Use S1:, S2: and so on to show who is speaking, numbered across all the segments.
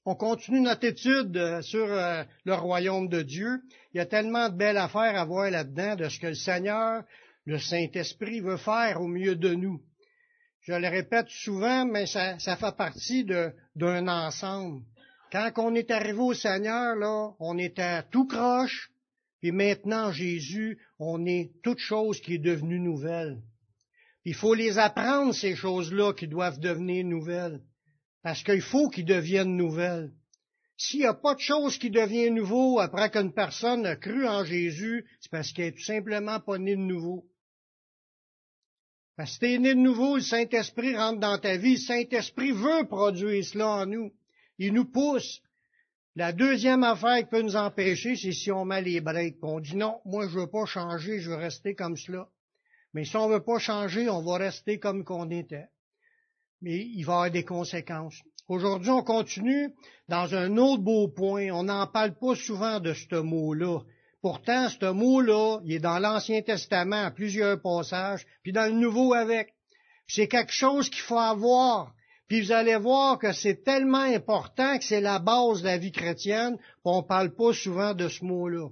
S1: On continue notre étude sur le royaume de Dieu. Il y a tellement de belles affaires à voir là-dedans de ce que le Seigneur, le Saint-Esprit, veut faire au milieu de nous. Je le répète souvent, mais ça fait partie d'un ensemble. Quand on est arrivé au Seigneur, là, on était tout croche, puis maintenant, Jésus, on est toute chose qui est devenue nouvelle. Il faut les apprendre, ces choses-là, qui doivent devenir nouvelles. Parce qu'il faut qu'ils deviennent nouvelles. S'il n'y a pas de chose qui devient nouveau après qu'une personne a cru en Jésus, c'est parce qu'elle n'est tout simplement pas née de nouveau. Parce que si tu es né de nouveau, le Saint-Esprit rentre dans ta vie. Le Saint-Esprit veut produire cela en nous. Il nous pousse. La deuxième affaire qui peut nous empêcher, c'est si on met les breaks. On dit non, moi je ne veux pas changer, je veux rester comme cela. Mais si on ne veut pas changer, on va rester comme qu'on était. Mais il va y avoir des conséquences. Aujourd'hui, on continue dans un autre beau point. On n'en parle pas souvent de ce mot-là. Pourtant, ce mot-là, il est dans l'Ancien Testament à plusieurs passages, puis dans le Nouveau avec. C'est quelque chose qu'il faut avoir. Puis vous allez voir que c'est tellement important que c'est la base de la vie chrétienne, qu'on ne parle pas souvent de ce mot-là.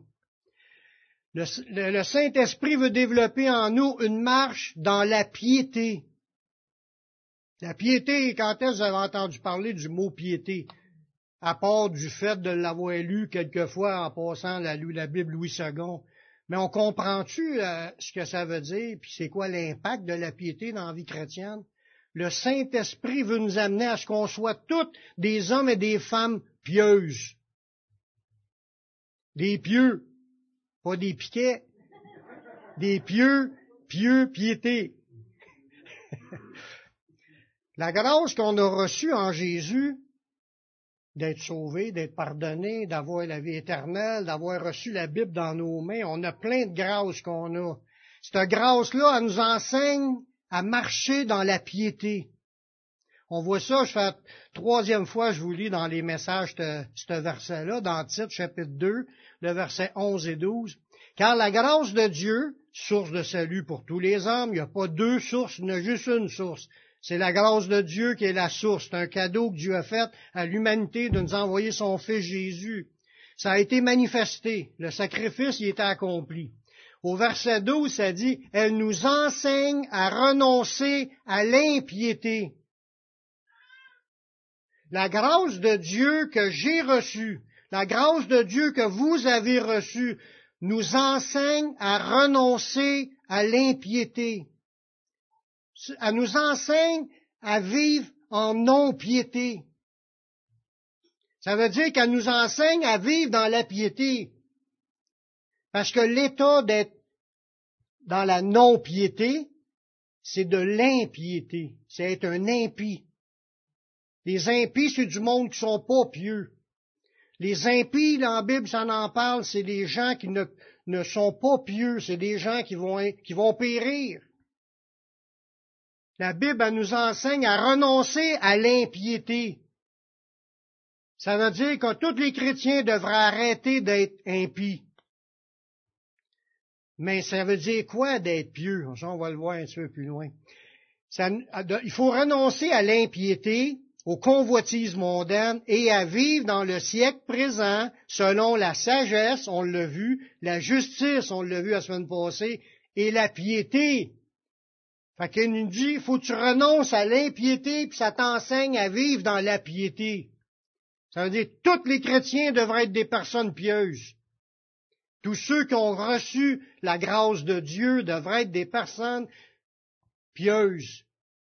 S1: Le Saint-Esprit veut développer en nous une marche dans la piété. La piété, quand est-ce que vous avez entendu parler du mot piété? À part du fait de l'avoir lu quelquefois en passant la Bible Louis II. Mais on comprend-tu ce que ça veut dire, puis c'est quoi l'impact de la piété dans la vie chrétienne? Le Saint-Esprit veut nous amener à ce qu'on soit tous des hommes et des femmes pieuses. Des pieux, pas des piquets. Des pieux, piété. La grâce qu'on a reçue en Jésus, d'être sauvé, d'être pardonné, d'avoir la vie éternelle, d'avoir reçu la Bible dans nos mains, on a plein de grâces qu'on a. Cette grâce-là, elle nous enseigne à marcher dans la piété. On voit ça, je fais la troisième fois, je vous lis dans les messages ce verset-là, dans Tite, chapitre 2, le verset 11 et 12. Car la grâce de Dieu, source de salut pour tous les hommes, il n'y a pas deux sources, il y en a juste une source. C'est la grâce de Dieu qui est la source. C'est un cadeau que Dieu a fait à l'humanité de nous envoyer son Fils Jésus. Ça a été manifesté. Le sacrifice y était accompli. Au verset 12, ça dit, « Elle nous enseigne à renoncer à l'impiété. » La grâce de Dieu que j'ai reçue, la grâce de Dieu que vous avez reçue, nous enseigne à renoncer à l'impiété. Elle nous enseigne à vivre en non-piété. Ça veut dire qu'elle nous enseigne à vivre dans la piété. Parce que l'état d'être dans la non-piété, c'est de l'impiété. C'est être un impie. Les impies, c'est du monde qui sont pas pieux. Les impies, dans la Bible, ça en parle, c'est des gens qui ne sont pas pieux. C'est des gens qui vont périr. La Bible, elle nous enseigne à renoncer à l'impiété. Ça veut dire que tous les chrétiens devraient arrêter d'être impies. Mais ça veut dire quoi d'être pieux? Ça, on va le voir un petit peu plus loin. Il faut renoncer à l'impiété, aux convoitises mondaines et à vivre dans le siècle présent selon la sagesse, on l'a vu, la justice, on l'a vu la semaine passée, et la piété. Fait qu'il nous dit, il faut que tu renonces à l'impiété, puis ça t'enseigne à vivre dans la piété. Ça veut dire que tous les chrétiens devraient être des personnes pieuses. Tous ceux qui ont reçu la grâce de Dieu devraient être des personnes pieuses.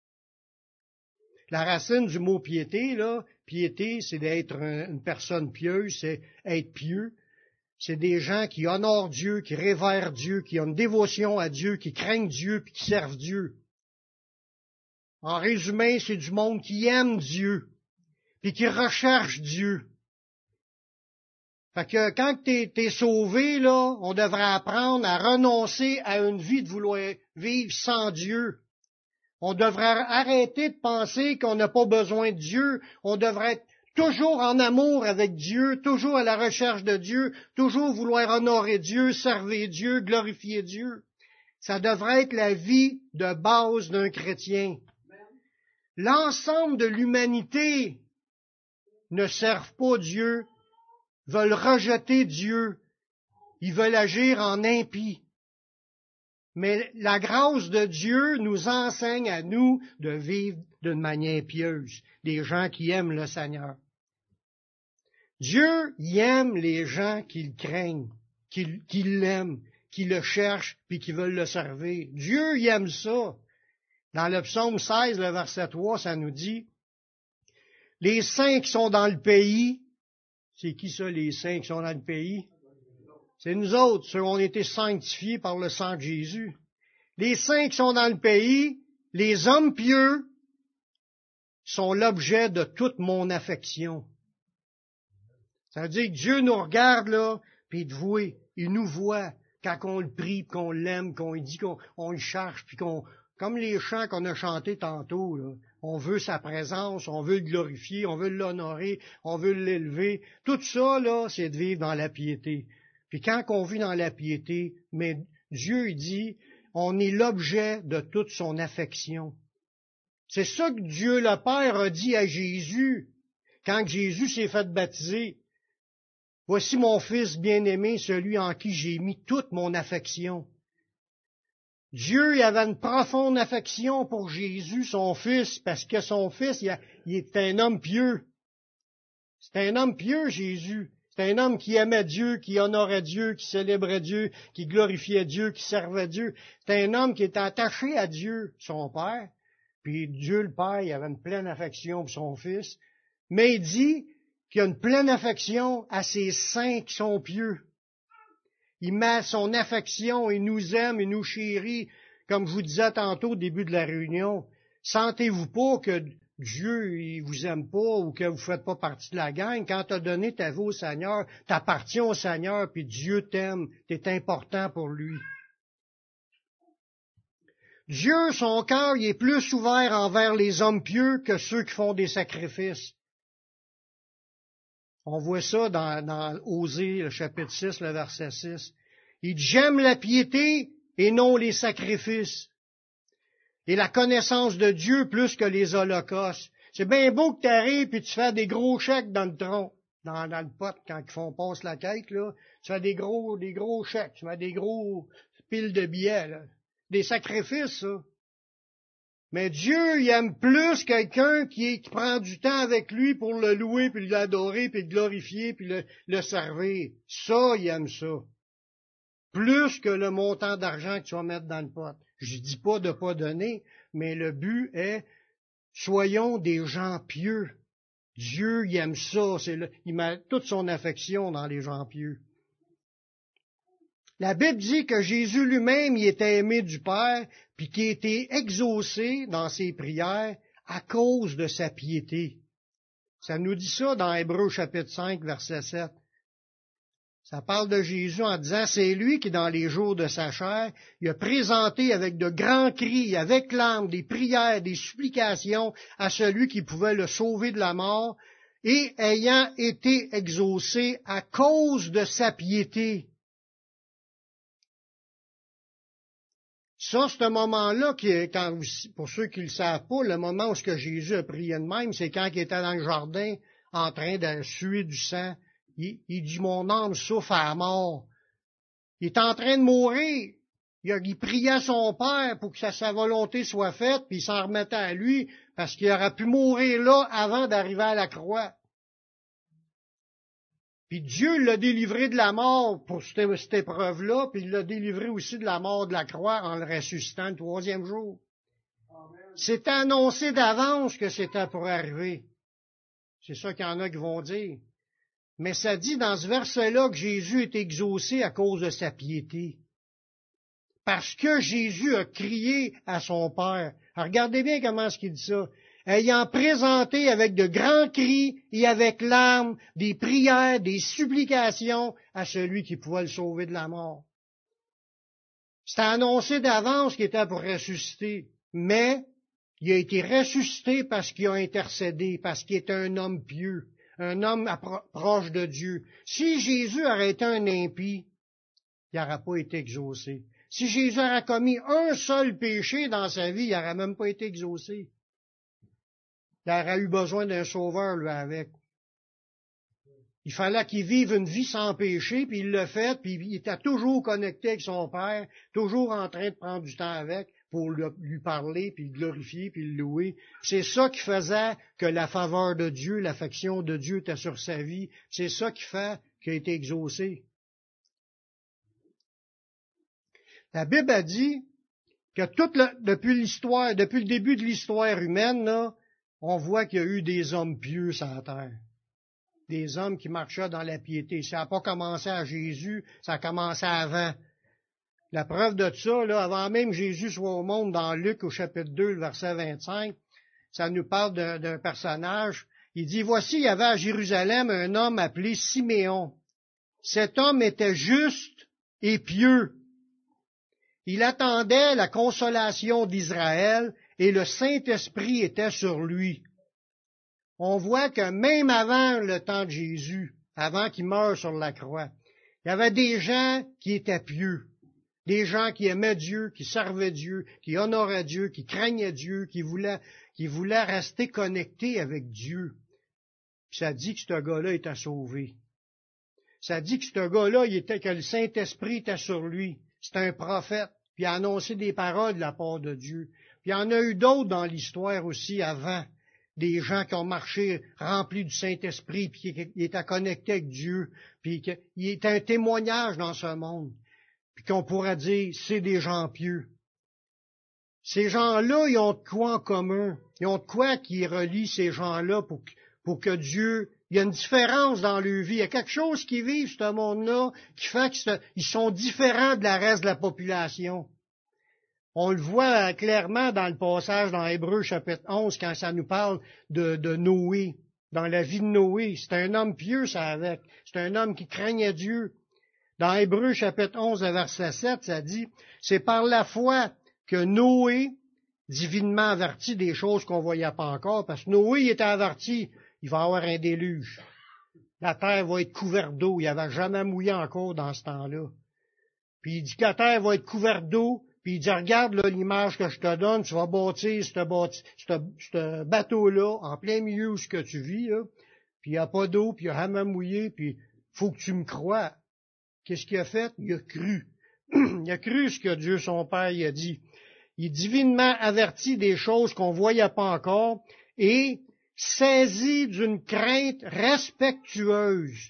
S1: La racine du mot piété, là, piété, c'est d'être une personne pieuse, c'est être pieux. C'est des gens qui honorent Dieu, qui révèrent Dieu, qui ont une dévotion à Dieu, qui craignent Dieu, puis qui servent Dieu. En résumé, c'est du monde qui aime Dieu, puis qui recherche Dieu. Fait que quand t'es sauvé, là, on devrait apprendre à renoncer à une vie de vouloir vivre sans Dieu. On devrait arrêter de penser qu'on n'a pas besoin de Dieu. On devrait être toujours en amour avec Dieu, toujours à la recherche de Dieu, toujours vouloir honorer Dieu, servir Dieu, glorifier Dieu. Ça devrait être la vie de base d'un chrétien. L'ensemble de l'humanité ne servent pas Dieu, veulent rejeter Dieu, ils veulent agir en impie. Mais la grâce de Dieu nous enseigne à nous de vivre d'une manière pieuse, des gens qui aiment le Seigneur. Dieu, il aime les gens qui le craignent, qui l'aiment, qui le cherchent, puis qui veulent le servir. Dieu, il aime ça. Dans le psaume 16, le verset 3, ça nous dit, « Les saints qui sont dans le pays, c'est qui ça, les saints qui sont dans le pays? C'est nous autres, ceux qui ont été sanctifiés par le sang de Jésus. Les saints qui sont dans le pays, les hommes pieux, sont l'objet de toute mon affection. » Ça veut dire que Dieu nous regarde, là, puis il nous voit quand on le prie, qu'on l'aime, qu'on lui dit qu'on le cherche, puis comme les chants qu'on a chantés tantôt, là, on veut sa présence, on veut le glorifier, on veut l'honorer, on veut l'élever. Tout ça, là, c'est de vivre dans la piété. Puis quand on vit dans la piété, mais Dieu, il dit, on est l'objet de toute son affection. C'est ça que Dieu le Père a dit à Jésus, quand Jésus s'est fait baptiser. Voici mon Fils bien-aimé, celui en qui j'ai mis toute mon affection. Dieu il avait une profonde affection pour Jésus, son Fils, parce que son Fils, il est un homme pieux. C'est un homme pieux, Jésus. C'est un homme qui aimait Dieu, qui honorait Dieu, qui célébrait Dieu, qui glorifiait Dieu, qui servait Dieu. C'est un homme qui était attaché à Dieu, son Père. Puis Dieu le Père, il avait une pleine affection pour son Fils. Mais il dit qu'il a une pleine affection à ses saints qui sont pieux. Il met son affection, il nous aime, il nous chérit. Comme je vous disais tantôt au début de la réunion, sentez-vous pas que Dieu, il vous aime pas ou que vous faites pas partie de la gang. Quand tu as donné ta vie au Seigneur, t'appartiens au Seigneur, puis Dieu t'aime, t'es important pour lui. Dieu, son cœur, il est plus ouvert envers les hommes pieux que ceux qui font des sacrifices. On voit ça dans Osée, le chapitre 6, le verset 6. Il dit, j'aime la piété et non les sacrifices. Et la connaissance de Dieu plus que les holocaustes. C'est bien beau que tu arrives et tu fais des gros chèques dans le tronc, dans le pot, quand ils font passe la quête, là. Tu fais des gros chèques, tu fais des gros piles de billets, là. Des sacrifices, ça. Mais Dieu, il aime plus quelqu'un qui prend du temps avec lui pour le louer, puis l'adorer, puis le glorifier, puis le servir. Ça, il aime ça. Plus que le montant d'argent que tu vas mettre dans le pot. Je dis pas de pas donner, mais le but est, soyons des gens pieux. Dieu, il aime ça. Il met toute son affection dans les gens pieux. La Bible dit que Jésus lui-même, il était aimé du Père, puis qu'il était exaucé dans ses prières à cause de sa piété. Ça nous dit ça dans Hébreux chapitre 5, verset 7. Ça parle de Jésus en disant, c'est lui qui, dans les jours de sa chair, il a présenté avec de grands cris, avec larmes, des prières, des supplications à celui qui pouvait le sauver de la mort, et ayant été exaucé à cause de sa piété. Ça, c'est un moment-là, pour ceux qui ne le savent pas, le moment où Jésus a prié de même, c'est quand il était dans le jardin en train de suer du sang. Il dit, mon âme souffre à la mort. Il est en train de mourir. Il priait son Père pour que sa volonté soit faite, puis il s'en remettait à lui, parce qu'il aurait pu mourir là avant d'arriver à la croix. Puis Dieu l'a délivré de la mort pour cette épreuve-là, puis il l'a délivré aussi de la mort de la croix en le ressuscitant le 3e jour. C'était annoncé d'avance que c'était pour arriver. C'est ça qu'il y en a qui vont dire. Mais ça dit dans ce verset-là que Jésus est exaucé à cause de sa piété. Parce que Jésus a crié à son Père. Alors regardez bien comment est-ce qu'il dit ça. Ayant présenté avec de grands cris et avec larmes des prières, des supplications à celui qui pouvait le sauver de la mort. C'était annoncé d'avance qu'il était pour ressusciter, mais il a été ressuscité parce qu'il a intercédé, parce qu'il était un homme pieux, un homme proche de Dieu. Si Jésus aurait été un impie, il n'aurait pas été exaucé. Si Jésus aurait commis un seul péché dans sa vie, il n'aurait même pas été exaucé. Il aurait eu besoin d'un sauveur, lui, avec. Il fallait qu'il vive une vie sans péché, puis il l'a fait, puis il était toujours connecté avec son Père, toujours en train de prendre du temps avec pour lui parler, puis le glorifier, puis le louer. C'est ça qui faisait que la faveur de Dieu, l'affection de Dieu était sur sa vie. C'est ça qui fait qu'il a été exaucé. La Bible a dit que depuis le début de l'histoire humaine, là, on voit qu'il y a eu des hommes pieux sur la terre. Des hommes qui marchaient dans la piété. Ça n'a pas commencé à Jésus, ça a commencé avant. La preuve de ça, là, avant même que Jésus soit au monde, dans Luc au chapitre 2, le verset 25, ça nous parle d'un personnage. Il dit, voici, il y avait à Jérusalem un homme appelé Siméon. Cet homme était juste et pieux. Il attendait la consolation d'Israël et le Saint-Esprit était sur lui. On voit que même avant le temps de Jésus, avant qu'il meure sur la croix, il y avait des gens qui étaient pieux, des gens qui aimaient Dieu, qui servaient Dieu, qui honoraient Dieu, qui craignaient Dieu, qui voulaient rester connectés avec Dieu. Puis ça dit que ce gars-là était sauvé. Ça dit que ce gars-là, que le Saint-Esprit était sur lui. C'est un prophète, puis il a annoncé des paroles de la part de Dieu. Puis il y en a eu d'autres dans l'histoire aussi avant. Des gens qui ont marché remplis du Saint-Esprit, puis qui étaient connectés avec Dieu, puis qu'il était un témoignage dans ce monde, puis qu'on pourrait dire, c'est des gens pieux. Ces gens-là, ils ont de quoi en commun? Ils ont de quoi qui relie ces gens-là pour que Dieu, il y a une différence dans leur vie. Il y a quelque chose qui vit, ce monde-là, qui fait qu'ils sont différents de la reste de la population. On le voit clairement dans le passage dans Hébreux chapitre 11 quand ça nous parle de Noé, dans la vie de Noé. C'est un homme pieux, ça avec. C'est un homme qui craignait Dieu. Dans Hébreux chapitre 11, verset 7, ça dit, c'est par la foi que Noé, divinement averti des choses qu'on ne voyait pas encore, parce que Noé il était averti, il va y avoir un déluge. La terre va être couverte d'eau. Il n'y avait jamais mouillé encore dans ce temps-là. Puis il dit que la terre va être couverte d'eau. Puis il dit, regarde là, l'image que je te donne, tu vas bâtir ce bateau-là en plein milieu où ce que tu vis, là. Puis il n'y a pas d'eau, puis il n'y a jamais mouillé, puis faut que tu me crois. Qu'est-ce qu'il a fait? Il a cru. Il a cru ce que Dieu, son Père, il a dit. Il est divinement averti des choses qu'on ne voyait pas encore et saisi d'une crainte respectueuse.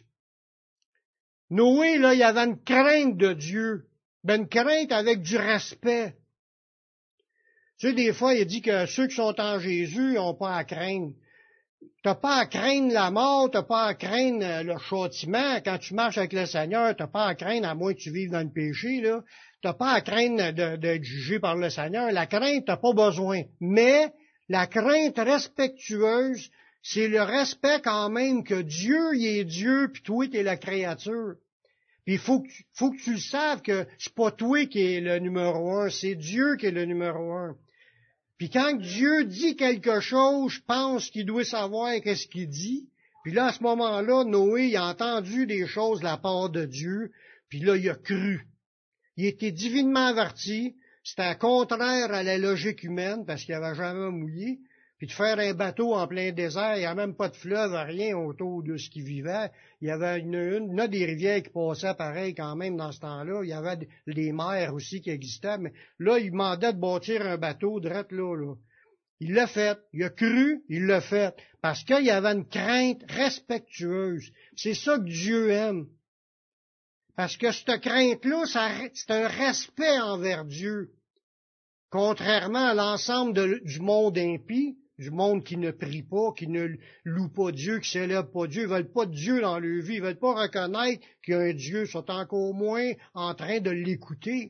S1: Noé, là, il avait une crainte de Dieu. Ben, une crainte avec du respect. Tu sais, des fois, il dit que ceux qui sont en Jésus n'ont pas à craindre. T'as pas à craindre la mort, t'as pas à craindre le châtiment. Quand tu marches avec le Seigneur, t'as pas à craindre, à moins que tu vives dans le péché, là. T'as pas à craindre d'être jugé par le Seigneur. La crainte, t'as pas besoin. Mais, la crainte respectueuse, c'est le respect quand même que Dieu, il est Dieu, puis toi, t'es la créature. Puis il faut que tu le saves que c'est pas toi qui est le numéro un, c'est Dieu qui est le numéro un. Puis quand Dieu dit quelque chose, je pense qu'il doit savoir qu'est-ce qu'il dit. Puis là, à ce moment-là, Noé, il a entendu des choses de la part de Dieu, puis là, il a cru. Il était divinement averti, c'était contraire à la logique humaine, parce qu'il n'avait jamais mouillé. Puis de faire un bateau en plein désert, il n'y a même pas de fleuve, rien autour de ce qui vivait. Il y avait une des rivières qui passaient pareil quand même dans ce temps-là. Il y avait des mers aussi qui existaient, mais là, il demandait de bâtir un bateau direct là. Il l'a fait. Il a cru, il l'a fait. Parce qu'il y avait une crainte respectueuse. C'est ça que Dieu aime. Parce que cette crainte-là, c'est un respect envers Dieu. Contrairement à l'ensemble du monde impie, du monde qui ne prie pas, qui ne loue pas Dieu, qui ne célèbre pas Dieu, ils ne veulent pas de Dieu dans leur vie, ils ne veulent pas reconnaître qu'il y a un Dieu, ils sont encore moins en train de l'écouter.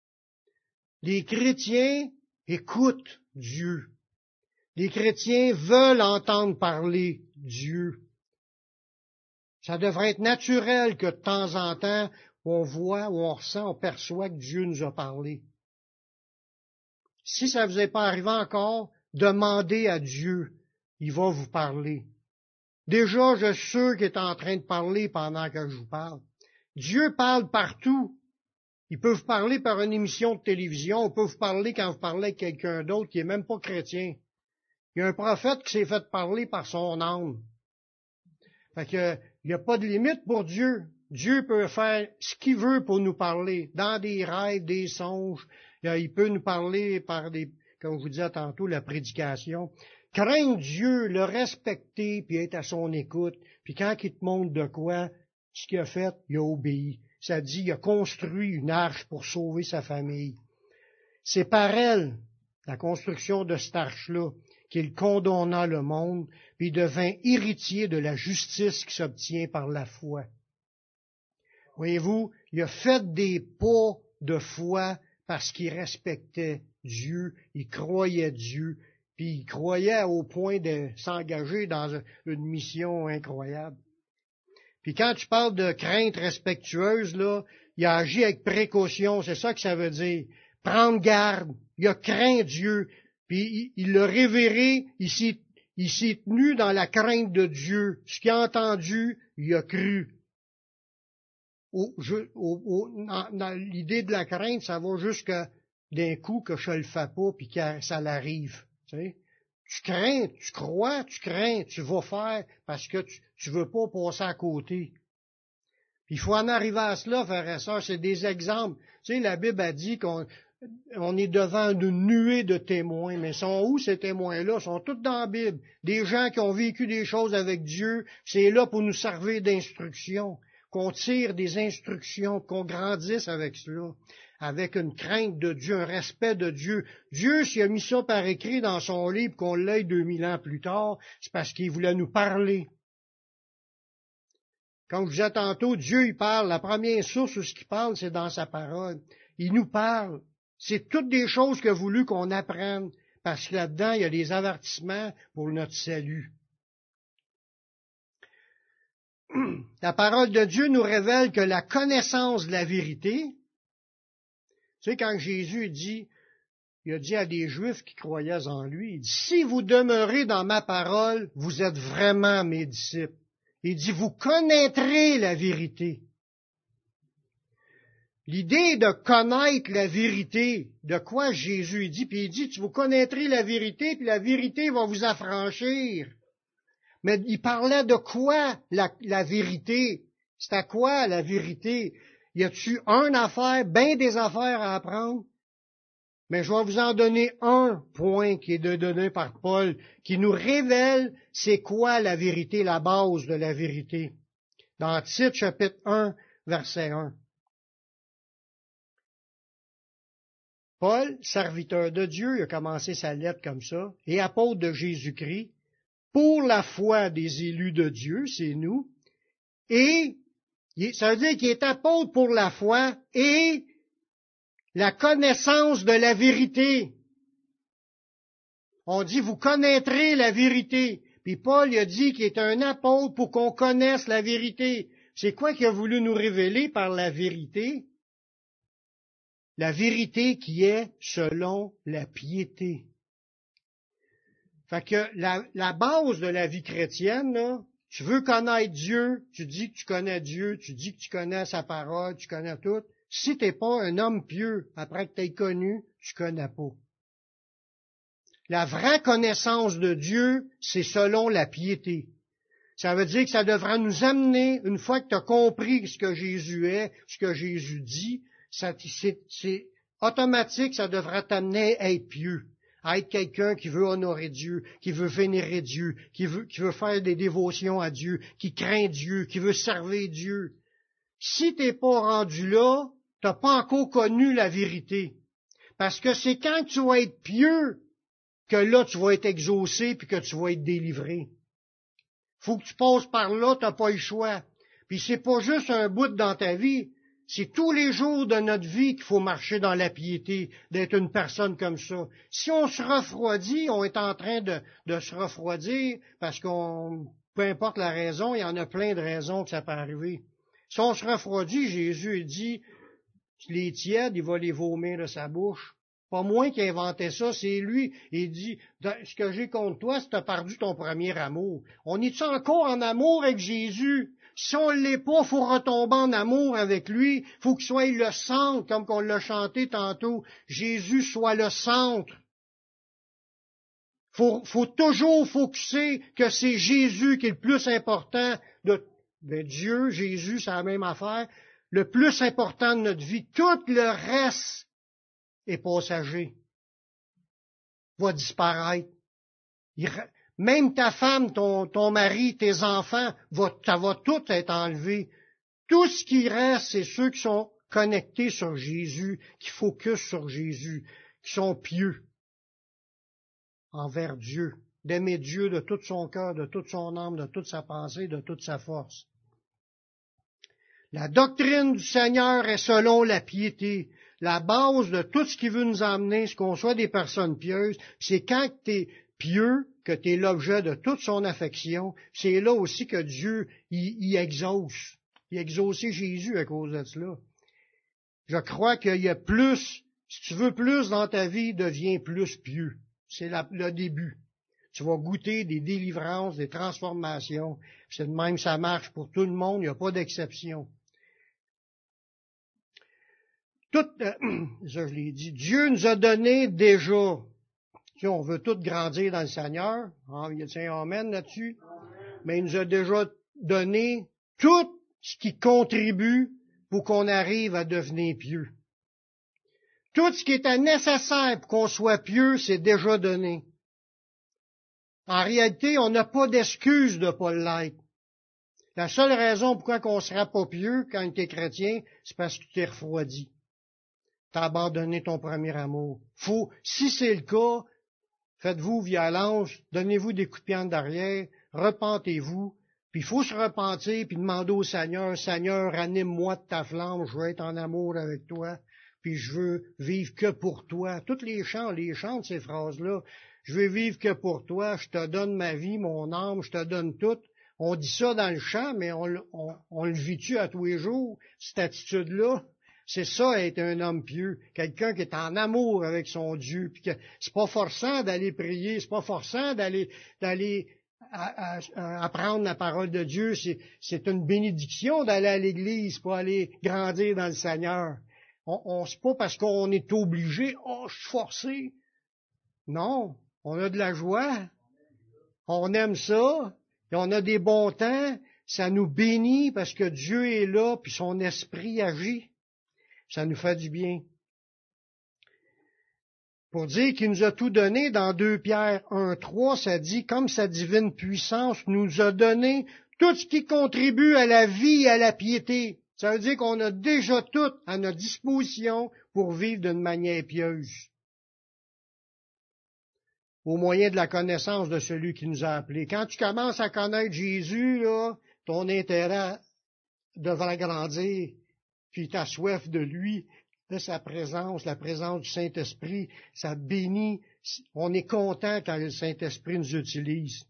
S1: Les chrétiens écoutent Dieu. Les chrétiens veulent entendre parler Dieu. Ça devrait être naturel que de temps en temps, on voit, ou on ressent, on perçoit que Dieu nous a parlé. Si ça ne vous est pas arrivé encore, demandez à Dieu, il va vous parler. Déjà, je suis sûr qu'il est en train de parler pendant que je vous parle. Dieu parle partout. Il peut vous parler par une émission de télévision, il peut vous parler quand vous parlez avec quelqu'un d'autre qui n'est même pas chrétien. Il y a un prophète qui s'est fait parler par son âme. Fait que, il n'y a pas de limite pour Dieu. Dieu peut faire ce qu'il veut pour nous parler, dans des rêves, des songes. Il peut nous parler par des, comme je vous disais tantôt, la prédication. Craindre Dieu, le respecter, puis être à son écoute. Puis quand il te montre de quoi, ce qu'il a fait, il a obéi. Ça dit, il a construit une arche pour sauver sa famille. C'est par elle, la construction de cette arche-là, qu'il condamna le monde, puis il devint héritier de la justice qui s'obtient par la foi. Voyez-vous, il a fait des pas de foi parce qu'il respectait Dieu, il croyait Dieu, puis il croyait au point de s'engager dans une mission incroyable. Puis quand tu parles de crainte respectueuse, là, il a agi avec précaution, c'est ça que ça veut dire. Prendre garde, il a craint Dieu, puis il l'a révéré, il s'est tenu dans la crainte de Dieu. Ce qu'il a entendu, il a cru. Dans l'idée de la crainte, ça va jusqu'à d'un coup que je le fais pas, puis que ça l'arrive. Tu sais? Tu crains, tu crois, tu crains, tu vas faire parce que tu veux pas passer à côté. Puis il faut en arriver à cela, frères et sœurs, c'est des exemples. Tu sais, la Bible a dit qu'on est devant une nuée de témoins, mais sont où ces témoins-là? Ils sont tous dans la Bible. Des gens qui ont vécu des choses avec Dieu, c'est là pour nous servir d'instruction, qu'on tire des instructions, qu'on grandisse avec cela, avec une crainte de Dieu, un respect de Dieu. Dieu, s'il a mis ça par écrit dans son livre, qu'on l'ait 2000 ans plus tard, c'est parce qu'il voulait nous parler. Comme je disais tantôt, Dieu, il parle. La première source où ce qu'il parle, c'est dans sa parole. Il nous parle. C'est toutes des choses qu'il a voulu qu'on apprenne, parce que là-dedans, il y a des avertissements pour notre salut. La parole de Dieu nous révèle que la connaissance de la vérité, tu sais, quand Jésus dit, il a dit à des Juifs qui croyaient en lui, il dit, si vous demeurez dans ma parole, vous êtes vraiment mes disciples. Il dit, vous connaîtrez la vérité. L'idée de connaître la vérité, de quoi Jésus dit, puis il dit, vous connaîtrez la vérité, puis la vérité va vous affranchir. Mais il parlait de quoi la vérité? C'est à quoi la vérité? Y a-tu une affaire, bien des affaires à apprendre? Mais je vais vous en donner un point qui est donné par Paul, qui nous révèle c'est quoi la vérité, la base de la vérité. Dans Tite, chapitre 1, verset 1. Paul, serviteur de Dieu, il a commencé sa lettre comme ça, et apôtre de Jésus-Christ, pour la foi des élus de Dieu, c'est nous, et ça veut dire qu'il est apôtre pour la foi et la connaissance de la vérité. On dit, vous connaîtrez la vérité. Puis Paul il a dit qu'il est un apôtre pour qu'on connaisse la vérité. C'est quoi qu'il a voulu nous révéler par la vérité? La vérité qui est selon la piété. Fait que la base de la vie chrétienne, là, tu veux connaître Dieu, tu dis que tu connais Dieu, tu dis que tu connais sa parole, tu connais tout. Si tu n'es pas un homme pieux, après que tu aies connu, tu connais pas. La vraie connaissance de Dieu, c'est selon la piété. Ça veut dire que ça devra nous amener, une fois que tu as compris ce que Jésus est, ce que Jésus dit, c'est automatique, ça devra t'amener à être pieux, à être quelqu'un qui veut honorer Dieu, qui veut vénérer Dieu, qui veut faire des dévotions à Dieu, qui craint Dieu, qui veut servir Dieu. Si tu n'es pas rendu là, tu n'as pas encore connu la vérité. Parce que c'est quand tu vas être pieux que là, tu vas être exaucé puis que tu vas être délivré. Faut que tu passes par là, tu n'as pas le choix. Puis c'est pas juste un bout dans ta vie, c'est tous les jours de notre vie qu'il faut marcher dans la piété, d'être une personne comme ça. Si on se refroidit, on est en train de se refroidir parce peu importe la raison, il y en a plein de raisons que ça peut arriver. Si on se refroidit, Jésus dit, les tièdes, il va les vomir de sa bouche. Pas moi qui a inventé ça, c'est lui. Il dit, ce que j'ai contre toi, c'est que tu as perdu ton premier amour. On est-tu encore en amour avec Jésus? Si on ne l'est pas, il faut retomber en amour avec lui. Il faut qu'il soit le centre, comme on l'a chanté tantôt. Jésus soit le centre. Faut toujours focusser que c'est Jésus qui est le plus important de Dieu, Jésus, c'est la même affaire. Le plus important de notre vie. Tout le reste est passager. Va disparaître. Même ta femme, ton mari, tes enfants, ça va tout être enlevé. Tout ce qui reste, c'est ceux qui sont connectés sur Jésus, qui focusent sur Jésus, qui sont pieux envers Dieu, d'aimer Dieu de tout son cœur, de toute son âme, de toute sa pensée, de toute sa force. La doctrine du Seigneur est selon la piété. La base de tout ce qui veut nous emmener, ce qu'on soit des personnes pieuses, c'est quand tu es pieux, que tu es l'objet de toute son affection, c'est là aussi que Dieu il exauce. Il a exaucé Jésus à cause de cela. Je crois qu'il y a plus, si tu veux plus dans ta vie, deviens plus pieux. C'est le début. Tu vas goûter des délivrances, des transformations. C'est de même que ça marche pour tout le monde, il n'y a pas d'exception. Ça, je l'ai dit, Dieu nous a donné déjà. Tu sais, on veut tous grandir dans le Seigneur. Il y a un amen là-dessus. Mais il nous a déjà donné tout ce qui contribue pour qu'on arrive à devenir pieux. Tout ce qui était nécessaire pour qu'on soit pieux, c'est déjà donné. En réalité, on n'a pas d'excuse de ne pas l'être. La seule raison pourquoi on ne sera pas pieux quand tu es chrétien, c'est parce que tu t'es refroidi. Tu as abandonné ton premier amour. Si c'est le cas, faites-vous violence, donnez-vous des coups de pied en derrière, repentez-vous, puis il faut se repentir, puis demander au Seigneur, Seigneur, anime-moi de ta flamme, je veux être en amour avec toi, puis je veux vivre que pour toi. Tous les chants de ces phrases-là, je veux vivre que pour toi, je te donne ma vie, mon âme, je te donne tout. On dit ça dans le chant, mais on le vit-tu à tous les jours, cette attitude-là? C'est ça, être un homme pieux, quelqu'un qui est en amour avec son Dieu, puis que c'est pas forçant d'aller prier, c'est pas forçant d'aller apprendre la parole de Dieu, c'est une bénédiction d'aller à l'église pour aller grandir dans le Seigneur. C'est pas parce qu'on est obligé, je suis forcé. Non, on a de la joie, on aime ça, et on a des bons temps, ça nous bénit parce que Dieu est là, puis son esprit agit. Ça nous fait du bien. Pour dire qu'il nous a tout donné, dans 2 Pierre 1,3, ça dit, comme sa divine puissance nous a donné tout ce qui contribue à la vie et à la piété. Ça veut dire qu'on a déjà tout à notre disposition pour vivre d'une manière pieuse. Au moyen de la connaissance de celui qui nous a appelés. Quand tu commences à connaître Jésus, là, ton intérêt devra grandir. Puis ta soif de lui, de sa présence, la présence du Saint-Esprit, ça bénit. On est content quand le Saint-Esprit nous utilise.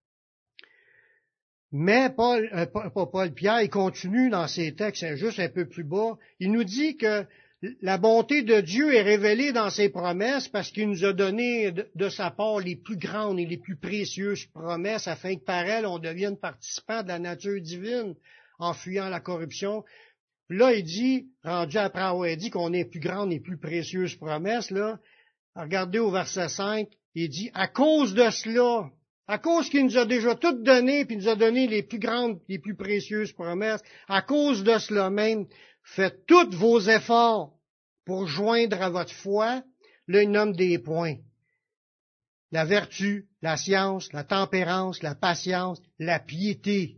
S1: Mais Pierre, il continue dans ses textes, juste un peu plus bas. Il nous dit que la bonté de Dieu est révélée dans ses promesses parce qu'il nous a donné de sa part les plus grandes et les plus précieuses promesses afin que par elles, on devienne participant de la nature divine en fuyant la corruption. Là, il dit, rendu après avoir dit qu'on est plus grande et plus précieuse promesses, là, regardez au verset 5, il dit, à cause de cela, à cause qu'il nous a déjà tout donné, puis nous a donné les plus grandes, les plus précieuses promesses, à cause de cela même, faites tous vos efforts pour joindre à votre foi, là, il nomme des points. La vertu, la science, la tempérance, la patience, la piété.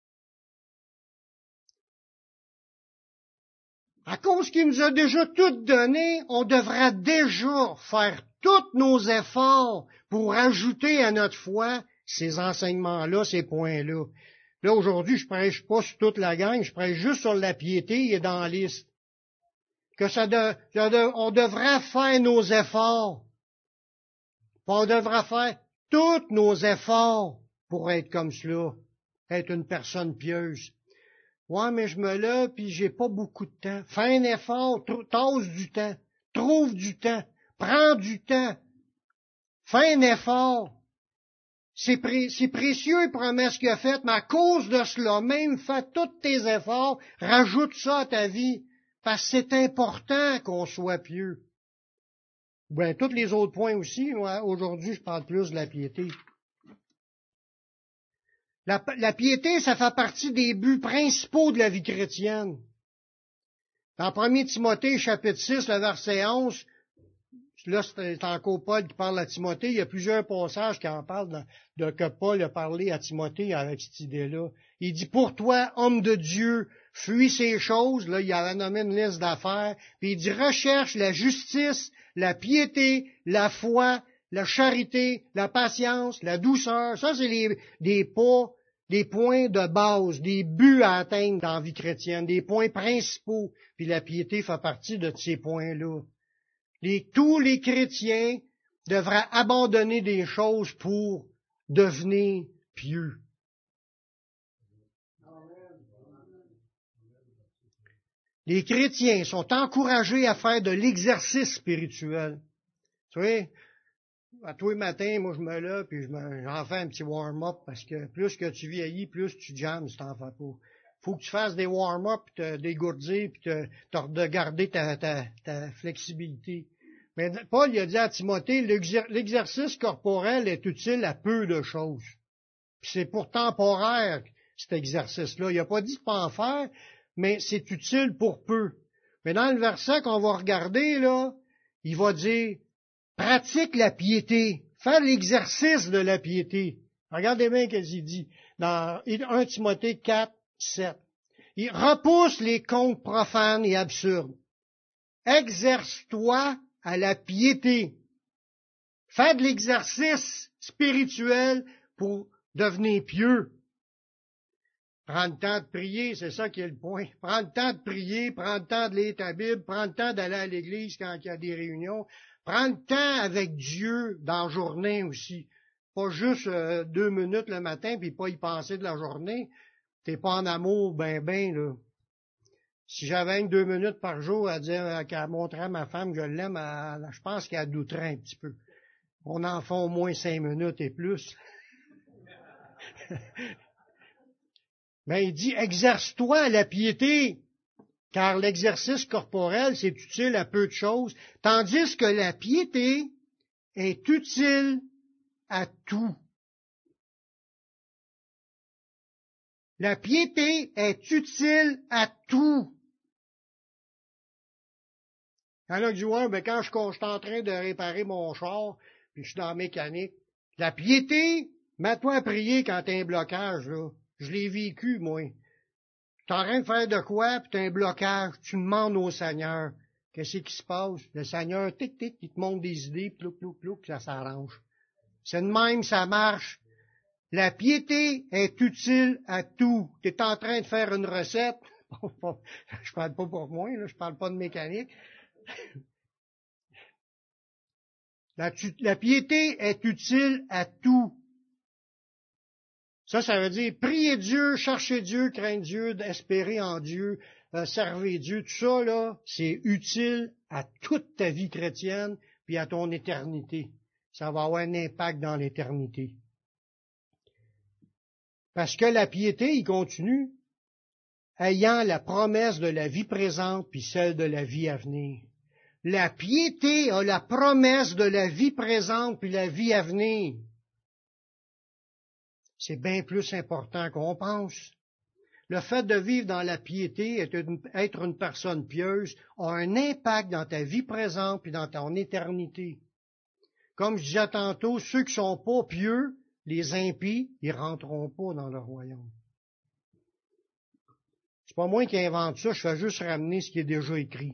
S1: À cause qu'il nous a déjà tout donné, on devra déjà faire tous nos efforts pour ajouter à notre foi ces enseignements-là, ces points-là. Là, aujourd'hui, je prêche pas sur toute la gang, je prêche juste sur la piété, il est dans la liste. Que on devra faire nos efforts. On devra faire tous nos efforts pour être comme cela, être une personne pieuse. Ouais, mais je me lève puis j'ai pas beaucoup de temps. Fais un effort, tasse du temps, trouve du temps, prends du temps. Fais un effort. C'est précieux les promesses qu'il a faites, mais à cause de cela même, fais tous tes efforts, rajoute ça à ta vie, parce que c'est important qu'on soit pieux. Ben, tous les autres points aussi. Moi, aujourd'hui, je parle plus de la piété. La piété, ça fait partie des buts principaux de la vie chrétienne. Dans 1 Timothée, chapitre 6, le verset 11, là, c'est encore Paul qui parle à Timothée. Il y a plusieurs passages qui en parlent de que Paul a parlé à Timothée avec cette idée-là. Il dit, pour toi, homme de Dieu, fuis ces choses. Là, il a nommé une liste d'affaires. Puis il dit, recherche la justice, la piété, la foi, la charité, la patience, la douceur. Ça, c'est des points de base, des buts à atteindre dans la vie chrétienne, des points principaux. Puis la piété fait partie de ces points-là. Tous les chrétiens devraient abandonner des choses pour devenir pieux. Les chrétiens sont encouragés à faire de l'exercice spirituel. Tu sais, à tous les matins, moi je me lève puis j'en fais un petit warm-up parce que plus que tu vieillis, plus tu jammes si t'en fais pas. Faut que tu fasses des warm-up, puis te dégourdir, puis de garder ta flexibilité. Mais Paul il a dit à Timothée, l'exercice corporel est utile à peu de choses. Puis c'est pour temporaire, cet exercice-là. Il n'a pas dit de pas en faire, mais c'est utile pour peu. Mais dans le verset qu'on va regarder, là, il va dire, pratique la piété, fais l'exercice de la piété. Regardez bien qu'est-ce qu'il dit dans 1 Timothée 4, 7. Il repousse les contes profanes et absurdes. Exerce-toi à la piété. Fais de l'exercice spirituel pour devenir pieux. Prends le temps de prier, c'est ça qui est le point. Prends le temps de prier, prends le temps de lire ta Bible, prends le temps d'aller à l'église quand il y a des réunions. Prends le temps avec Dieu dans la journée aussi. Pas juste 2 minutes le matin, puis pas y penser de la journée. T'es pas en amour, ben, là. Si j'avais 2 minutes par jour à dire, qu'à montrer à ma femme que je l'aime, je pense qu'elle douterait un petit peu. On en fait au moins 5 minutes et plus. Mais il dit, exerce-toi à la piété, car l'exercice corporel, c'est utile à peu de choses, tandis que la piété est utile à tout. La piété est utile à tout. Il y en a qui disent, ouais, ben quand je suis en train de réparer mon char, puis je suis dans la mécanique, la piété, mets-toi à prier quand t'as un blocage, là. Je l'ai vécu, moi. T'es en train de faire de quoi, puis t'as un blocage, tu demandes au Seigneur, qu'est-ce qui se passe? Le Seigneur, tic, il te montre des idées, plouc, puis ça s'arrange. C'est de même, ça marche. La piété est utile à tout. T'es en train de faire une recette, je parle pas pour moi, là, je parle pas de mécanique. La piété est utile à tout. Ça veut dire prier Dieu, chercher Dieu, craindre Dieu, espérer en Dieu, servir Dieu. Tout ça, là, c'est utile à toute ta vie chrétienne puis à ton éternité. Ça va avoir un impact dans l'éternité. Parce que la piété, il continue, ayant la promesse de la vie présente puis celle de la vie à venir. La piété a la promesse de la vie présente puis la vie à venir. C'est bien plus important qu'on pense. Le fait de vivre dans la piété, être une personne pieuse, a un impact dans ta vie présente puis dans ton éternité. Comme je disais tantôt, ceux qui sont pas pieux, les impies, ils rentreront pas dans le royaume. C'est pas moi qui invente ça, je fais juste ramener ce qui est déjà écrit.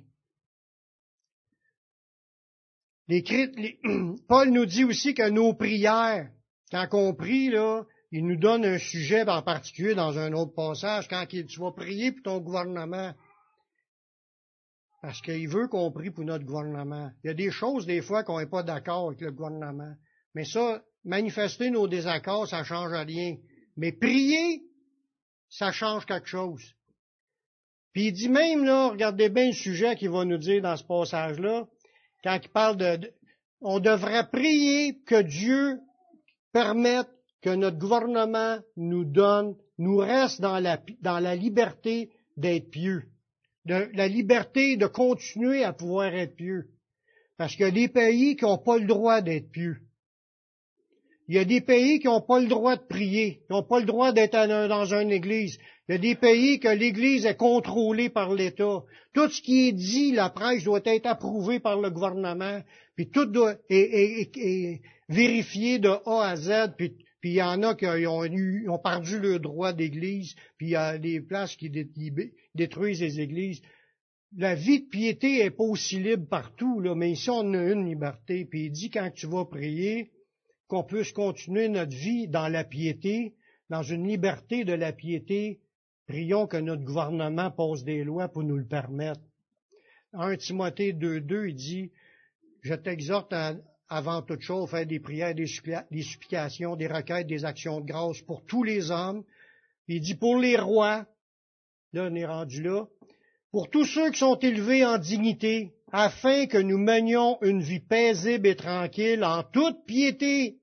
S1: Paul nous dit aussi que nos prières, quand on prie, là, il nous donne un sujet en particulier dans un autre passage, quand tu vas prier pour ton gouvernement. Parce qu'il veut qu'on prie pour notre gouvernement. Il y a des choses, des fois, qu'on n'est pas d'accord avec le gouvernement. Mais ça, manifester nos désaccords, ça ne change rien. Mais prier, ça change quelque chose. Puis il dit même, là, regardez bien le sujet qu'il va nous dire dans ce passage-là, quand il parle on devrait prier que Dieu permette que notre gouvernement nous reste dans la liberté d'être pieux, la liberté de continuer à pouvoir être pieux. Parce qu'il y a des pays qui n'ont pas le droit d'être pieux. Il y a des pays qui n'ont pas le droit de prier, qui n'ont pas le droit d'être dans une église. Il y a des pays que l'église est contrôlée par l'État. Tout ce qui est dit, la prêche doit être approuvé par le gouvernement, puis tout doit est vérifié de A à Z, puis il y en a qui ont perdu le droit d'église, puis il y a des places qui détruisent les églises. La vie de piété est pas aussi libre partout, là, mais ici on a une liberté. Puis il dit quand tu vas prier, qu'on puisse continuer notre vie dans la piété, dans une liberté de la piété. Prions que notre gouvernement pose des lois pour nous le permettre. 1 Timothée 2.2, il dit, je t'exhorte avant toute chose à faire des prières, des supplications, des requêtes, des actions de grâce pour tous les hommes. Il dit pour les rois, là on est rendu là, pour tous ceux qui sont élevés en dignité, afin que nous menions une vie paisible et tranquille en toute piété.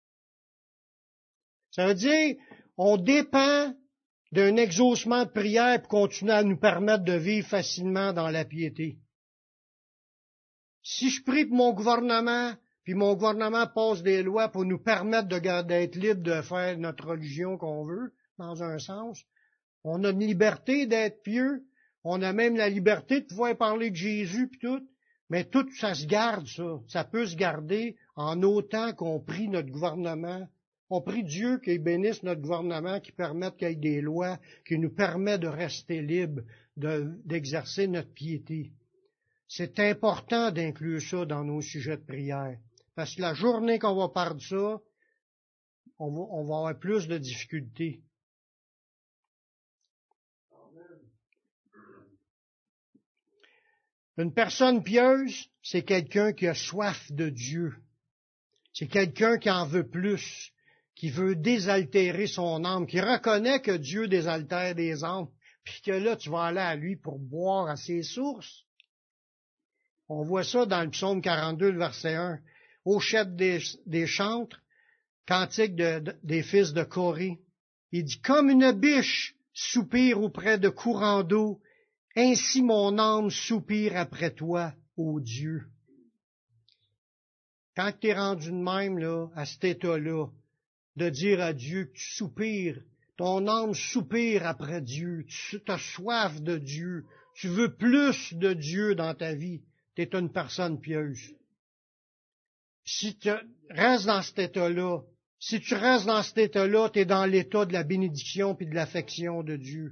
S1: Ça veut dire, on dépend d'un exaucement de prière pour continuer à nous permettre de vivre facilement dans la piété. Si je prie pour mon gouvernement, puis mon gouvernement passe des lois pour nous permettre d'être libres de faire notre religion qu'on veut, dans un sens, on a une liberté d'être pieux, on a même la liberté de pouvoir parler de Jésus puis tout, mais tout ça se garde, ça. Ça peut se garder en autant qu'on prie notre gouvernement. On prie Dieu qu'il bénisse notre gouvernement, qu'il permette qu'il y ait des lois, qui nous permettent de rester libres, d'exercer notre piété. C'est important d'inclure ça dans nos sujets de prière. Parce que la journée qu'on va perdre ça, on va avoir plus de difficultés. Une personne pieuse, c'est quelqu'un qui a soif de Dieu. C'est quelqu'un qui en veut plus, qui veut désaltérer son âme, qui reconnaît que Dieu désaltère des âmes, puis que là, tu vas aller à lui pour boire à ses sources. On voit ça dans le psaume 42, le verset 1. Au chef des chantres, cantique des fils de Corée. Il dit, comme une biche soupire auprès de courants d'eau, ainsi mon âme soupire après toi, ô Dieu. Quand tu es rendu de même, là, à cet état-là, de dire à Dieu que tu soupires, ton âme soupire après Dieu, tu as soif de Dieu, tu veux plus de Dieu dans ta vie, tu es une personne pieuse. Si tu restes dans cet état-là, tu es dans l'état de la bénédiction puis de l'affection de Dieu.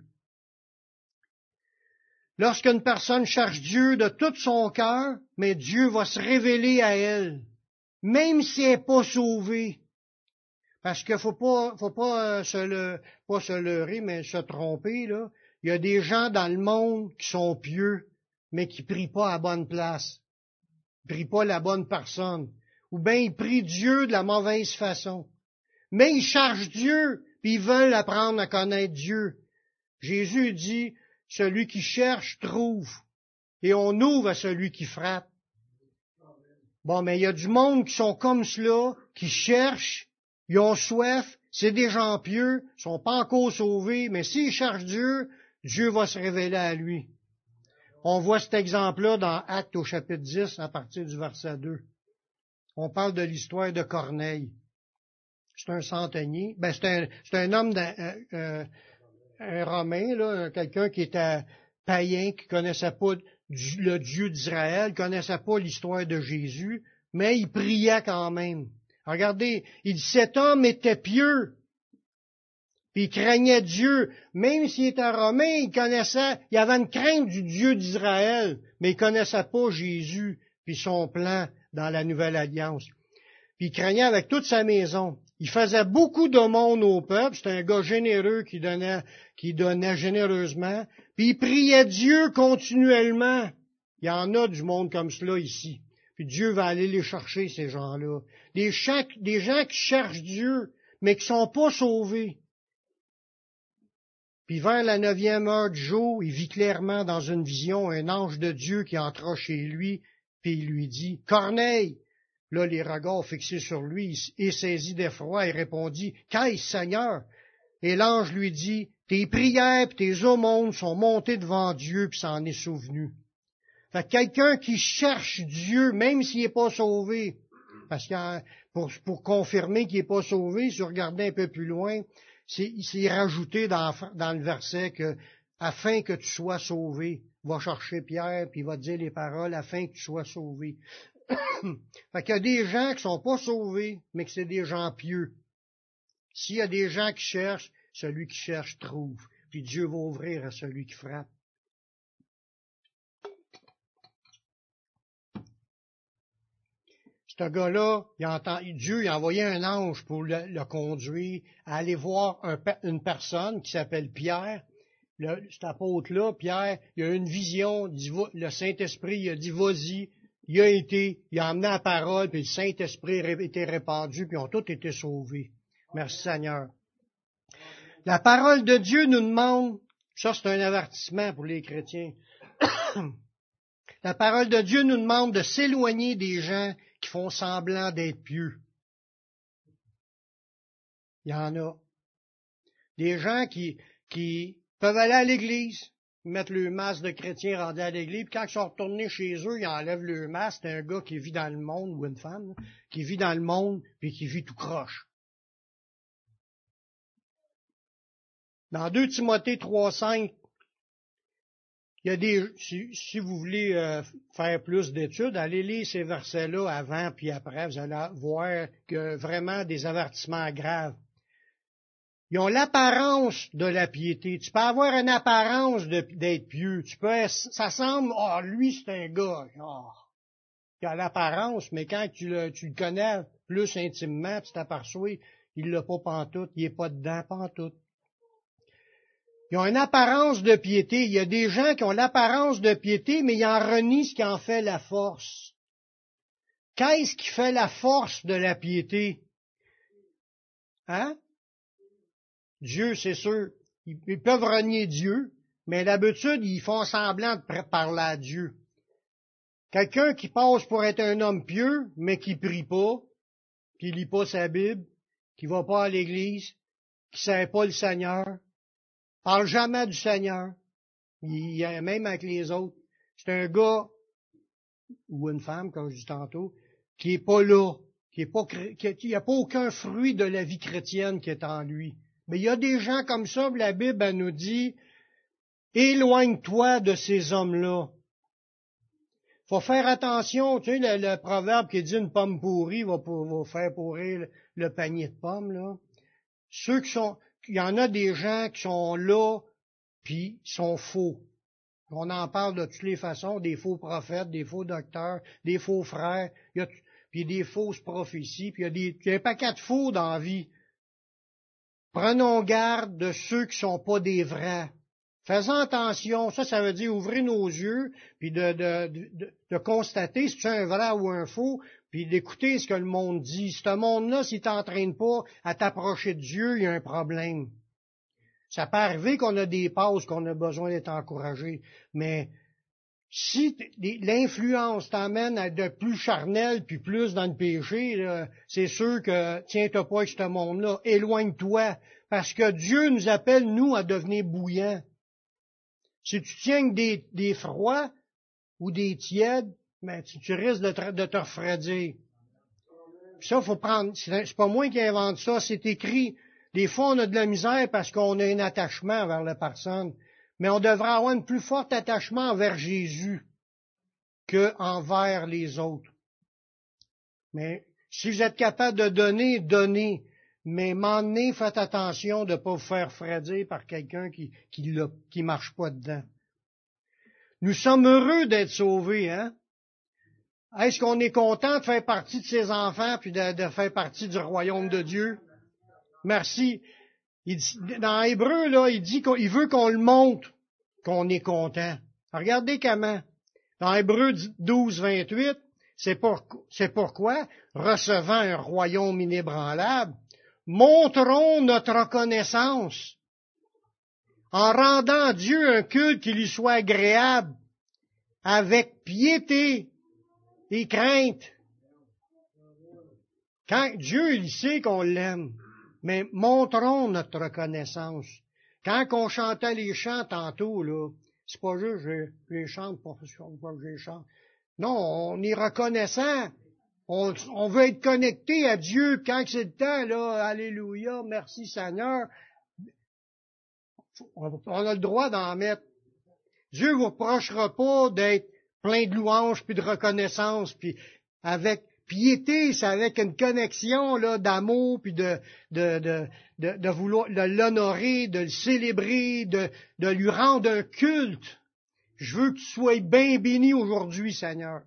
S1: Lorsqu'une personne cherche Dieu de tout son cœur, mais Dieu va se révéler à elle, même si elle n'est pas sauvée. Parce qu'il faut pas se leurrer, mais se tromper, là. Il y a des gens dans le monde qui sont pieux, mais qui prient pas à la bonne place. Ils prient pas la bonne personne. Ou bien ils prient Dieu de la mauvaise façon. Mais ils cherchent Dieu, puis ils veulent apprendre à connaître Dieu. Jésus dit, celui qui cherche trouve, et on ouvre à celui qui frappe. Bon, mais il y a du monde qui sont comme cela, qui cherchent, ils ont soif, c'est des gens pieux, ils sont pas encore sauvés, mais s'ils cherchent Dieu, Dieu va se révéler à lui. On voit cet exemple-là dans Actes au chapitre 10, à partir du verset 2. On parle de l'histoire de Corneille. C'est un centenier. C'est un homme, un Romain, là, quelqu'un qui était païen, qui connaissait pas le Dieu d'Israël, connaissait pas l'histoire de Jésus, mais il priait quand même. Regardez, il dit, cet homme était pieux, puis il craignait Dieu. Même s'il était romain, il avait une crainte du Dieu d'Israël, mais il connaissait pas Jésus, puis son plan dans la Nouvelle Alliance. Puis il craignait avec toute sa maison. Il faisait beaucoup d'aumônes au peuple. C'était un gars généreux qui donnait généreusement. Puis il priait Dieu continuellement. Il y en a du monde comme cela ici. Puis Dieu va aller les chercher, ces gens-là. Des gens qui cherchent Dieu, mais qui sont pas sauvés. Puis vers la 9e heure du jour, il vit clairement dans une vision un ange de Dieu qui entra chez lui, puis il lui dit, « Corneille! » Là, les regards fixés sur lui, il saisi d'effroi et répondit, « Qu'est-ce, Seigneur? » Et l'ange lui dit, « Tes prières et tes aumônes sont montées devant Dieu, puis s'en est souvenu. » Fait que quelqu'un qui cherche Dieu, même s'il n'est pas sauvé, parce que pour confirmer qu'il n'est pas sauvé, si vous regardez un peu plus loin, c'est rajouté dans le verset que afin que tu sois sauvé, va chercher Pierre, puis il va te dire les paroles, afin que tu sois sauvé. Fait qu'il y a des gens qui sont pas sauvés, mais que c'est des gens pieux. S'il y a des gens qui cherchent, celui qui cherche trouve. Puis Dieu va ouvrir à celui qui frappe. Ce gars-là, Dieu il a envoyé un ange pour le conduire à aller voir une personne qui s'appelle Pierre. Cet apôtre-là, Pierre, il a eu une vision, le Saint-Esprit, il a dit, vas-y, il a amené la parole, puis le Saint-Esprit a été répandu, puis ils ont tous été sauvés. Merci Seigneur. La parole de Dieu nous demande, ça c'est un avertissement pour les chrétiens, la parole de Dieu nous demande de s'éloigner des gens qui font semblant d'être pieux. Il y en a. Des gens qui peuvent aller à l'église, mettre le masque de chrétien rendu à l'église, puis quand ils sont retournés chez eux, ils enlèvent le masque. C'est un gars qui vit dans le monde, ou une femme, là, qui vit dans le monde, puis qui vit tout croche. Dans 2 Timothée 3,5, il y a si vous voulez faire plus d'études, allez lire ces versets-là avant puis après, vous allez voir que vraiment des avertissements graves. Ils ont l'apparence de la piété. Tu peux avoir une apparence d'être pieux. Ça semble, lui c'est un gars, qui a l'apparence, mais quand tu le connais plus intimement, tu t'aperçois, il l'a pas pantoute, il est pas dedans pantoute. Ils ont une apparence de piété. Il y a des gens qui ont l'apparence de piété, mais ils en renient ce qui en fait la force. Qu'est-ce qui fait la force de la piété? Hein? Dieu, c'est sûr. Ils peuvent renier Dieu, mais d'habitude, ils font semblant de parler à Dieu. Quelqu'un qui passe pour être un homme pieux, mais qui prie pas, qui lit pas sa Bible, qui va pas à l'église, qui sait pas le Seigneur, parle jamais du Seigneur, même avec les autres. C'est un gars, ou une femme, comme je dis tantôt, qui est pas là, qui a pas aucun fruit de la vie chrétienne qui est en lui. Mais il y a des gens comme ça, la Bible elle nous dit, éloigne-toi de ces hommes-là. Faut faire attention, tu sais, le proverbe qui dit une pomme pourrie va faire pourrir le panier de pommes, là. Il y en a des gens qui sont là, puis sont faux. On en parle de toutes les façons, des faux prophètes, des faux docteurs, des faux frères, puis des fausses prophéties, puis il y a un paquet de faux dans la vie. Prenons garde de ceux qui sont pas des vrais. Faisons attention, ça veut dire ouvrir nos yeux, puis de constater si c'est un vrai ou un faux, puis d'écouter ce que le monde dit. Ce monde-là, s'il t'entraîne pas à t'approcher de Dieu, il y a un problème. Ça peut arriver qu'on a des passes, qu'on a besoin d'être encouragé, mais si l'influence t'emmène à de plus charnel, puis plus dans le péché, là, c'est sûr que tiens-toi pas avec ce monde-là, éloigne-toi, parce que Dieu nous appelle, nous, à devenir bouillants. Si tu tiens des froids ou des tièdes, ben, tu risques de te refroidir. Puis ça, faut prendre, c'est pas moi qui invente ça, c'est écrit. Des fois, on a de la misère parce qu'on a un attachement vers la personne. Mais on devrait avoir un plus fort attachement envers Jésus qu'envers les autres. Mais si vous êtes capable de donner, donnez. Mais m'emmenez, faites attention de ne pas vous faire refroidir par quelqu'un qui marche pas dedans. Nous sommes heureux d'être sauvés, hein? Est-ce qu'on est content de faire partie de ses enfants puis de faire partie du royaume de Dieu? Merci. Dans Hébreu, là, il dit qu'il veut qu'on le montre, qu'on est content. Regardez comment. Dans Hébreu 12, 28, c'est pourquoi, recevant un royaume inébranlable, montrons notre reconnaissance en rendant à Dieu un culte qui lui soit agréable, avec piété et crainte. Quand Dieu, il sait qu'on l'aime. Mais montrons notre reconnaissance. Quand on chantait les chants tantôt, là, C'est pas juste, je chante pour que je chante. Non, on est reconnaissant. On veut être connecté à Dieu. Quand c'est le temps, là, alléluia, merci Seigneur, on a le droit d'en mettre. Dieu vous reprochera pas d'être plein de louanges puis de reconnaissance, puis avec piété, c'est avec une connexion là d'amour puis de vouloir de l'honorer, de le célébrer, de lui rendre un culte. Je veux que tu sois bien béni aujourd'hui, Seigneur.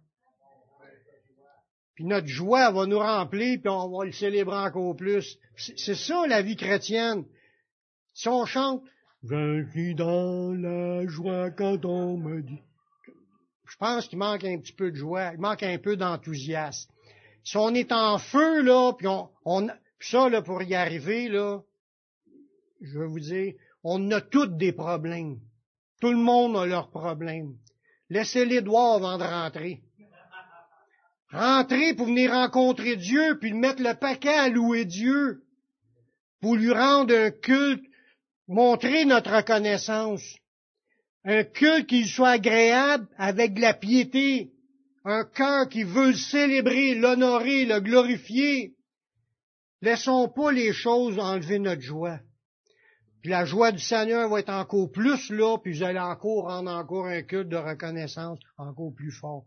S1: Puis notre joie va nous remplir, puis on va le célébrer encore plus. C'est ça la vie chrétienne. Si on chante « Je suis dans la joie quand on me dit », je pense qu'il manque un petit peu de joie, il manque un peu d'enthousiasme. Si on est en feu, là, puis ça, là, pour y arriver, là, je vais vous dire, on a tous des problèmes. Tout le monde a leurs problèmes. Laissez-les droits avant de rentrer. Rentrez pour venir rencontrer Dieu, puis mettre le paquet à louer Dieu, pour lui rendre un culte, montrer notre reconnaissance. Un culte qui soit agréable avec de la piété. Un cœur qui veut le célébrer, l'honorer, le glorifier. Laissons pas les choses enlever notre joie. Puis la joie du Seigneur va être encore plus là, puis vous allez encore rendre encore un culte de reconnaissance encore plus fort.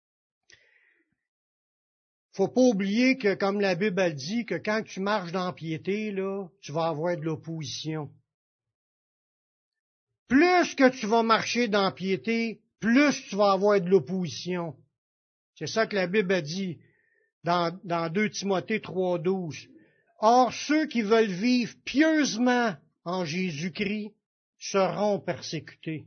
S1: Faut pas oublier que, comme la Bible a dit, que quand tu marches dans la piété, là, tu vas avoir de l'opposition. Plus que tu vas marcher dans la piété, plus tu vas avoir de l'opposition. C'est ça que la Bible a dit dans 2 Timothée 3,12. Or, ceux qui veulent vivre pieusement en Jésus-Christ seront persécutés.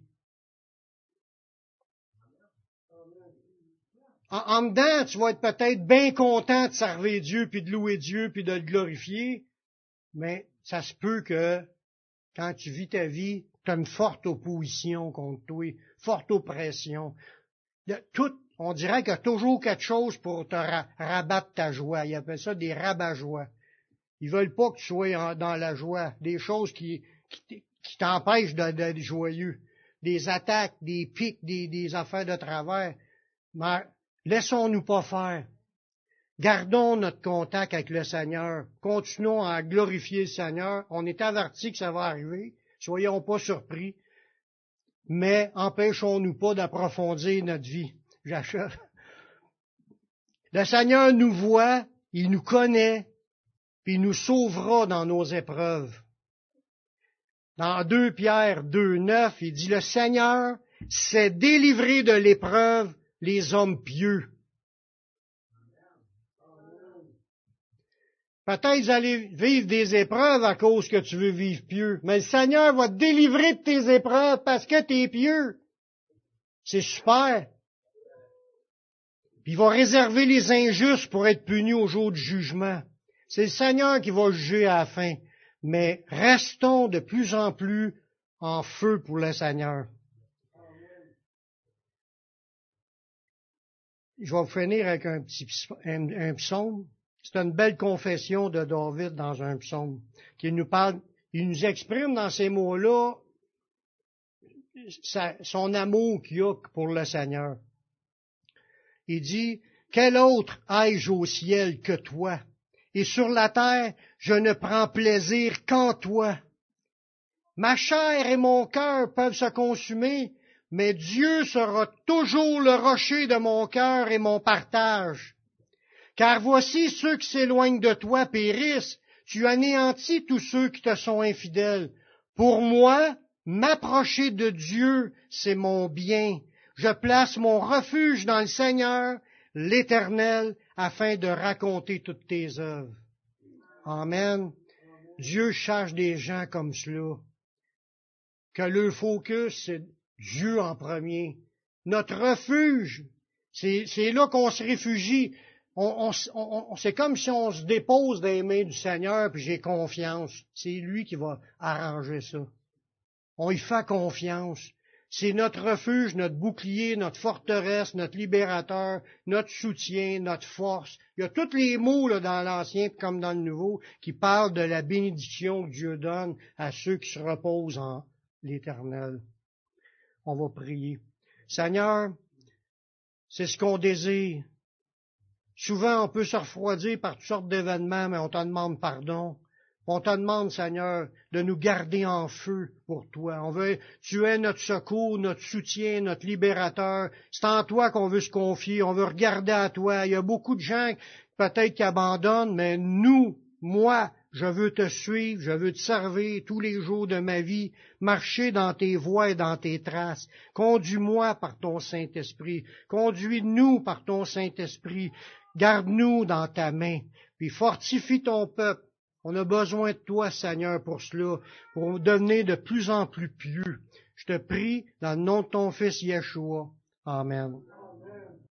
S1: En dedans, tu vas être peut-être bien content de servir Dieu, puis de louer Dieu, puis de le glorifier, mais ça se peut que, quand tu vis ta vie, tu as une forte opposition contre toi, forte oppression. On dirait qu'il y a toujours quelque chose pour te rabattre ta joie. Ils appellent ça des rabat-joie. Ils veulent pas que tu sois dans la joie. Des choses qui t'empêchent d'être joyeux. Des attaques, des pics, des affaires de travers. Mais laissons-nous pas faire. Gardons notre contact avec le Seigneur. Continuons à glorifier le Seigneur. On est avertis que ça va arriver. Soyons pas surpris. Mais empêchons-nous pas d'approfondir notre vie. J'achève. Le Seigneur nous voit, il nous connaît, puis il nous sauvera dans nos épreuves. Dans 2 Pierre 2,9, il dit, le Seigneur sait délivrer de l'épreuve les hommes pieux. Peut-être vous allez vivre des épreuves à cause que tu veux vivre pieux, mais le Seigneur va te délivrer de tes épreuves parce que tu es pieux. C'est super. Puis il va réserver les injustes pour être punis au jour du jugement. C'est le Seigneur qui va juger à la fin. Mais restons de plus en plus en feu pour le Seigneur. Je vais vous finir avec un psaume. C'est une belle confession de David dans un psaume qui nous parle, il nous exprime dans ces mots-là son amour qu'il a pour le Seigneur. Il dit, « Quel autre ai-je au ciel que toi? Et sur la terre, je ne prends plaisir qu'en toi. Ma chair et mon cœur peuvent se consumer, mais Dieu sera toujours le rocher de mon cœur et mon partage. Car voici ceux qui s'éloignent de toi périssent, tu anéantis tous ceux qui te sont infidèles. Pour moi, m'approcher de Dieu, c'est mon bien. Je place mon refuge dans le Seigneur, l'Éternel, afin de raconter toutes tes œuvres. » Amen. Dieu cherche des gens comme cela. Que le focus, c'est Dieu en premier. Notre refuge, c'est là qu'on se réfugie. C'est comme si on se dépose dans les mains du Seigneur, puis j'ai confiance. C'est lui qui va arranger ça. On y fait confiance. C'est notre refuge, notre bouclier, notre forteresse, notre libérateur, notre soutien, notre force. Il y a tous les mots là, dans l'Ancien comme dans le Nouveau qui parlent de la bénédiction que Dieu donne à ceux qui se reposent en l'Éternel. On va prier. Seigneur, c'est ce qu'on désire. Souvent, on peut se refroidir par toutes sortes d'événements, mais on te demande pardon. On te demande, Seigneur, de nous garder en feu pour toi. Tu es notre secours, notre soutien, notre libérateur. C'est en toi qu'on veut se confier, on veut regarder à toi. Il y a beaucoup de gens peut-être qui abandonnent, mais moi, je veux te suivre, je veux te servir tous les jours de ma vie, marcher dans tes voies et dans tes traces. Conduis-moi par ton Saint-Esprit. Conduis-nous par ton Saint-Esprit. Garde-nous dans ta main. Puis fortifie ton peuple. On a besoin de toi, Seigneur, pour cela, pour devenir de plus en plus pieux. Je te prie dans le nom de ton Fils Yeshua. Amen.